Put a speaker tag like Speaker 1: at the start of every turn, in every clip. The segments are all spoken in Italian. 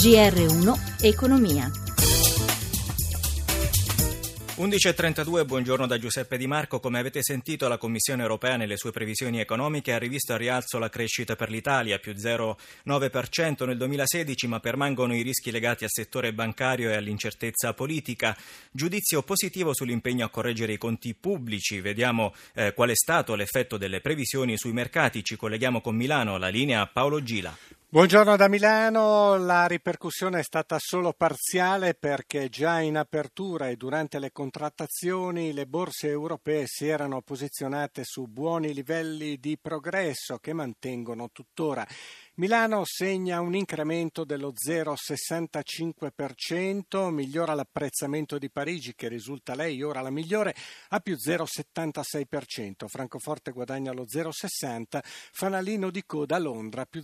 Speaker 1: GR1 Economia.
Speaker 2: 11.32, buongiorno da Giuseppe Di Marco. Come avete sentito, la Commissione europea nelle sue previsioni economiche ha rivisto al rialzo la crescita per l'Italia, più 0,9% nel 2016, ma permangono i rischi legati al settore bancario e all'incertezza politica. Giudizio positivo sull'impegno a correggere i conti pubblici. Vediamo qual è stato l'effetto delle previsioni sui mercati. Ci colleghiamo con Milano, la linea Paolo Gila.
Speaker 3: Buongiorno da Milano, la ripercussione è stata solo parziale perché già in apertura e durante le contrattazioni le borse europee si erano posizionate su buoni livelli di progresso che mantengono tuttora. Milano segna un incremento dello 0,65%, migliora l'apprezzamento di Parigi che risulta lei ora la migliore a più 0,76%, Francoforte guadagna lo 0,60%, fanalino di coda a Londra più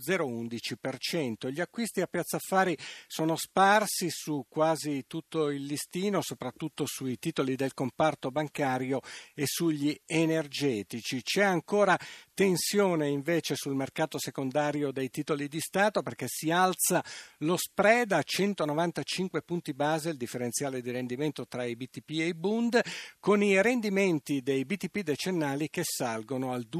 Speaker 3: 0,11%. Gli acquisti a Piazza Affari sono sparsi su quasi tutto il listino, soprattutto sui titoli del comparto bancario e sugli energetici. C'è ancora tensione invece sul mercato secondario dei titoli di Stato perché si alza lo spread a 195 punti base, il differenziale di rendimento tra i BTP e i Bund, con i rendimenti dei BTP decennali che salgono al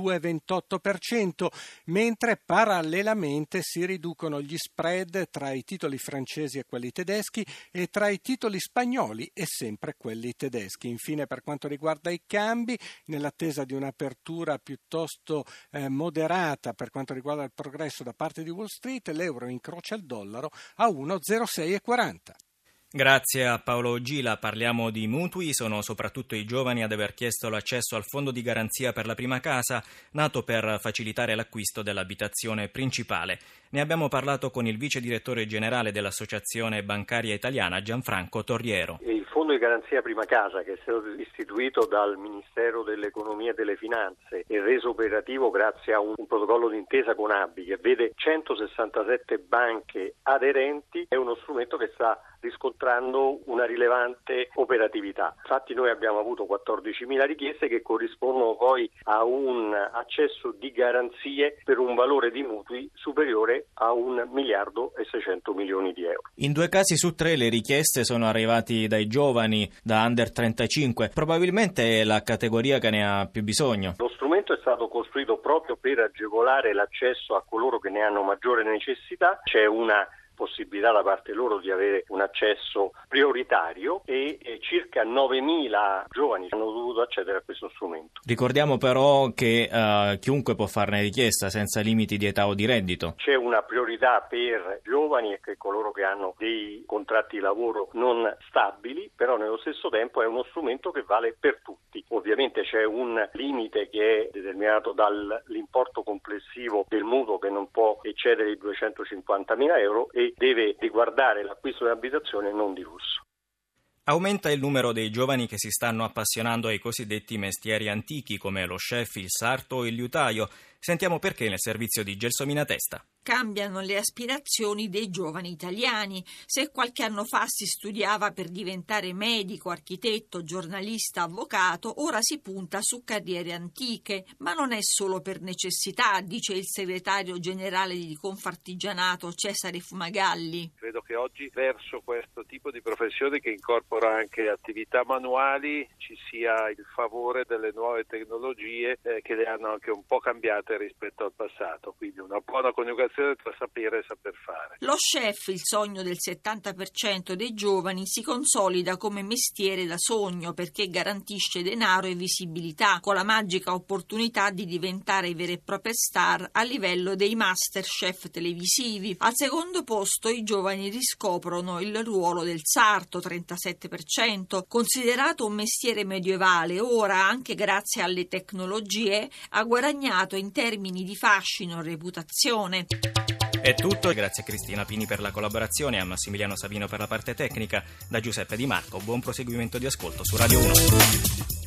Speaker 3: 2,28%, mentre parallelamente si riducono gli spread tra i titoli francesi e quelli tedeschi e tra i titoli spagnoli e sempre quelli tedeschi. Infine, per quanto riguarda i cambi, nell'attesa di un'apertura piuttosto moderata per quanto riguarda il progresso da parte di Wall Street, l'euro incrocia il dollaro a 1,0640.
Speaker 2: Grazie a Paolo Gila. Parliamo di mutui. Sono soprattutto i giovani ad aver chiesto l'accesso al fondo di garanzia per la prima casa, nato per facilitare l'acquisto dell'abitazione principale. Ne abbiamo parlato con il vice direttore generale dell'Associazione Bancaria Italiana, Gianfranco Torriero.
Speaker 4: Il fondo di garanzia prima casa, che è stato istituito dal Ministero dell'Economia e delle Finanze e reso operativo grazie a un protocollo d'intesa con ABI che vede 167 banche aderenti, è uno strumento che sta riscontrando una rilevante operatività. Infatti noi abbiamo avuto 14.000 richieste che corrispondono poi a un accesso di garanzie per un valore di mutui superiore a 1.600 milioni di euro.
Speaker 2: In 2 casi su 3 le richieste sono arrivati dai giovani, da under 35. Probabilmente è la categoria che ne ha più bisogno.
Speaker 4: Lo strumento è stato costruito proprio per agevolare l'accesso a coloro che ne hanno maggiore necessità. C'è una possibilità da parte loro di avere un accesso prioritario e circa 9.000 giovani hanno dovuto accedere a questo strumento.
Speaker 2: Ricordiamo però che chiunque può farne richiesta senza limiti di età o di reddito.
Speaker 4: C'è una priorità per giovani e coloro che hanno dei contratti di lavoro non stabili, però nello stesso tempo è uno strumento che vale per tutti. Ovviamente c'è un limite che è determinato dall'importo complessivo del mutuo che non può eccedere i 250.000 euro e deve riguardare l'acquisto di abitazione non di lusso.
Speaker 2: Aumenta il numero dei giovani che si stanno appassionando ai cosiddetti mestieri antichi come lo chef, il sarto o il liutaio. Sentiamo perché nel servizio di Gelsomina Testa.
Speaker 5: Cambiano le aspirazioni dei giovani italiani. Se qualche anno fa si studiava per diventare medico, architetto, giornalista, avvocato, ora si punta su carriere antiche. Ma non è solo per necessità, dice il segretario generale di Confartigianato Cesare Fumagalli.
Speaker 6: Credo che oggi verso questo tipo di professione che incorpora anche attività manuali ci sia il favore delle nuove tecnologie che le hanno anche un po' cambiate rispetto al passato, quindi una buona coniugazione tra sapere e saper fare.
Speaker 5: Lo chef, il sogno del 70% dei giovani, si consolida come mestiere da sogno perché garantisce denaro e visibilità, con la magica opportunità di diventare vere e proprie star a livello dei master chef televisivi. Al secondo posto i giovani riscoprono il ruolo del sarto, 37%, considerato un mestiere medievale, ora anche grazie alle tecnologie ha guadagnato in termini di fascino e reputazione.
Speaker 2: È tutto, grazie a Cristina Pini per la collaborazione e a Massimiliano Savino per la parte tecnica. Da Giuseppe Di Marco, buon proseguimento di ascolto su Radio 1.